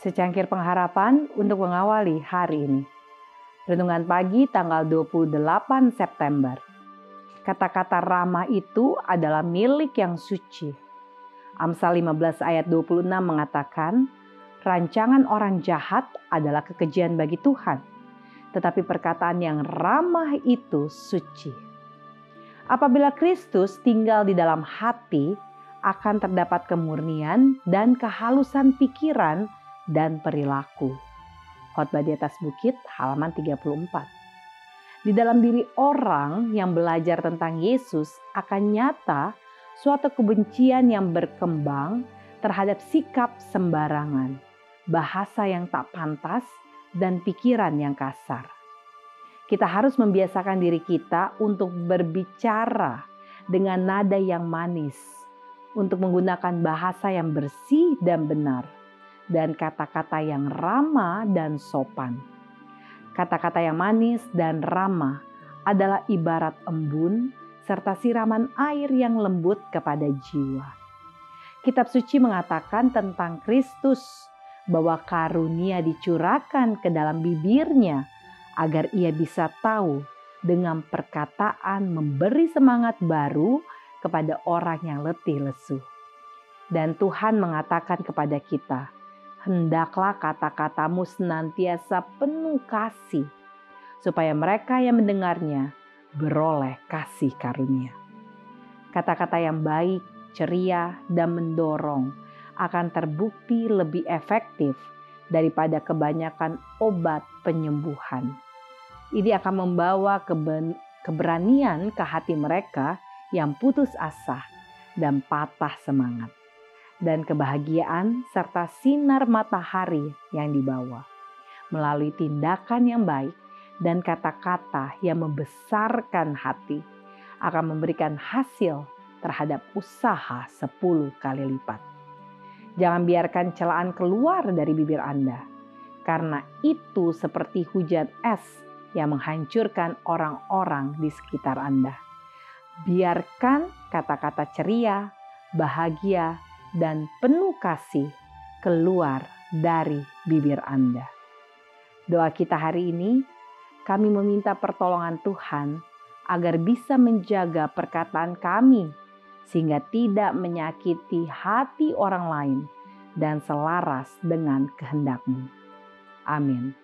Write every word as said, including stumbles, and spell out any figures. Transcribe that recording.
Secangkir pengharapan untuk mengawali hari ini. Renungan pagi tanggal dua puluh delapan September. Kata-kata ramah itu adalah milik yang suci. Amsal lima belas ayat dua puluh enam mengatakan, rancangan orang jahat adalah kekejian bagi Tuhan, tetapi perkataan yang ramah itu suci. Apabila Kristus tinggal di dalam hati, akan terdapat kemurnian dan kehalusan pikiran dan perilaku. Khotbah di atas bukit halaman tiga puluh empat. Di dalam diri orang yang belajar tentang Yesus akan nyata suatu kebencian yang berkembang terhadap sikap sembarangan, bahasa yang tak pantas, dan pikiran yang kasar. Kita harus membiasakan diri kita untuk berbicara dengan nada yang manis, untuk menggunakan bahasa yang bersih dan benar, dan kata-kata yang ramah dan sopan. Kata-kata yang manis dan ramah adalah ibarat embun serta siraman air yang lembut kepada jiwa. Kitab suci mengatakan tentang Kristus bahwa karunia dicurahkan ke dalam bibirnya agar ia bisa tahu dengan perkataan memberi semangat baru kepada orang yang letih lesu. Dan Tuhan mengatakan kepada kita, hendaklah kata-katamu senantiasa penuh kasih, supaya mereka yang mendengarnya beroleh kasih karunia. Kata-kata yang baik, ceria, dan mendorong akan terbukti lebih efektif daripada kebanyakan obat penyembuhan. Ini akan membawa keben- keberanian ke hati mereka yang putus asa dan patah semangat, dan kebahagiaan serta sinar matahari yang dibawa melalui tindakan yang baik dan kata-kata yang membesarkan hati akan memberikan hasil terhadap usaha sepuluh kali lipat. Jangan biarkan celaan keluar dari bibir Anda, karena itu seperti hujan es yang menghancurkan orang-orang di sekitar Anda. Biarkan kata-kata ceria, bahagia, dan penuh kasih keluar dari bibir Anda. Doa kita hari ini, kami meminta pertolongan Tuhan agar bisa menjaga perkataan kami sehingga tidak menyakiti hati orang lain dan selaras dengan kehendak-Mu. Amin.